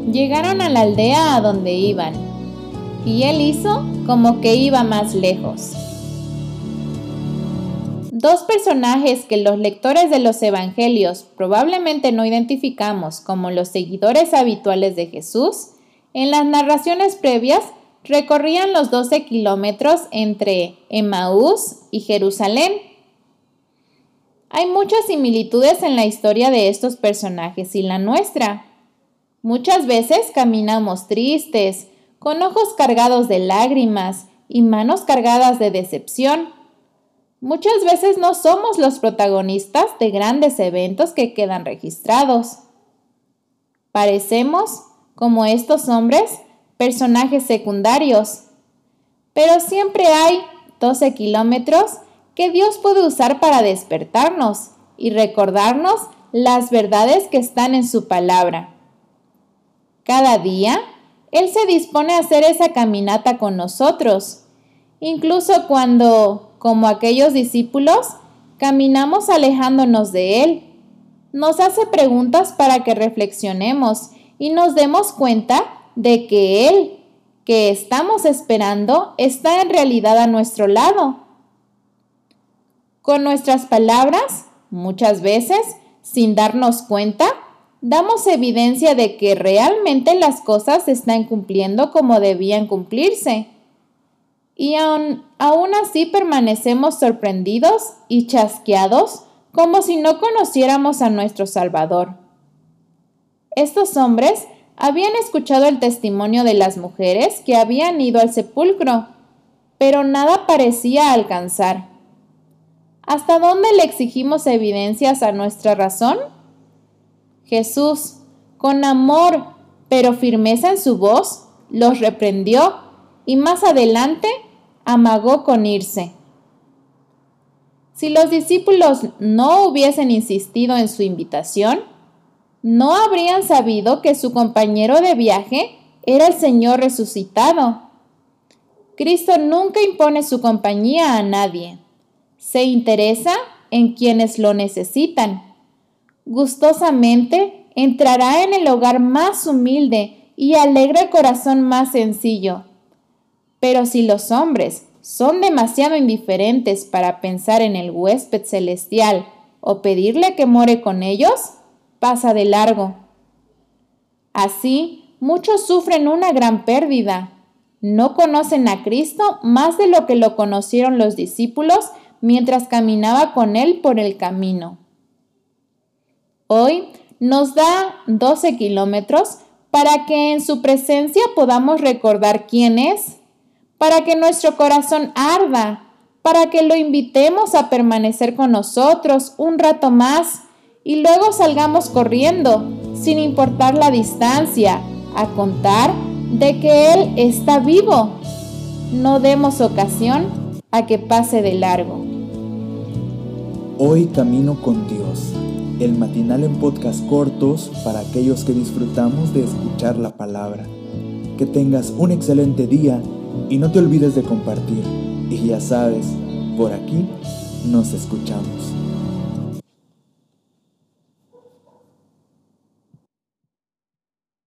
Llegaron a la aldea a donde iban, y él hizo como que iba más lejos. Dos personajes que los lectores de los evangelios probablemente no identificamos como los seguidores habituales de Jesús, en las narraciones previas recorrían los 12 kilómetros entre Emaús y Jerusalén. Hay muchas similitudes en la historia de estos personajes y la nuestra. Muchas veces caminamos tristes, con ojos cargados de lágrimas y manos cargadas de decepción. Muchas veces no somos los protagonistas de grandes eventos que quedan registrados. Parecemos, como estos hombres, personajes secundarios. Pero siempre hay 12 kilómetros que Dios puede usar para despertarnos y recordarnos las verdades que están en su palabra. Cada día, Él se dispone a hacer esa caminata con nosotros, incluso cuando, como aquellos discípulos, caminamos alejándonos de Él. Nos hace preguntas para que reflexionemos y nos demos cuenta de que Él, que estamos esperando, está en realidad a nuestro lado. Con nuestras palabras, muchas veces, sin darnos cuenta, damos evidencia de que realmente las cosas se están cumpliendo como debían cumplirse. Y aún así permanecemos sorprendidos y chasqueados como si no conociéramos a nuestro Salvador. Estos hombres habían escuchado el testimonio de las mujeres que habían ido al sepulcro, pero nada parecía alcanzar. ¿Hasta dónde le exigimos evidencias a nuestra razón? Jesús, con amor pero firmeza en su voz, los reprendió y más adelante amagó con irse. Si los discípulos no hubiesen insistido en su invitación, no habrían sabido que su compañero de viaje era el Señor resucitado. Cristo nunca impone su compañía a nadie. Se interesa en quienes lo necesitan. Gustosamente entrará en el hogar más humilde y alegra el corazón más sencillo. Pero si los hombres son demasiado indiferentes para pensar en el huésped celestial o pedirle que more con ellos, pasa de largo. Así, muchos sufren una gran pérdida. No conocen a Cristo más de lo que lo conocieron los discípulos mientras caminaba con Él por el camino. Hoy nos da 12 kilómetros para que en su presencia podamos recordar quién es, para que nuestro corazón arda, para que lo invitemos a permanecer con nosotros un rato más y luego salgamos corriendo, sin importar la distancia, a contar de que Él está vivo. No demos ocasión a que pase de largo. Hoy Camino con Dios, el matinal en podcast cortos para aquellos que disfrutamos de escuchar la palabra. Que tengas un excelente día y no te olvides de compartir. Y ya sabes, por aquí nos escuchamos.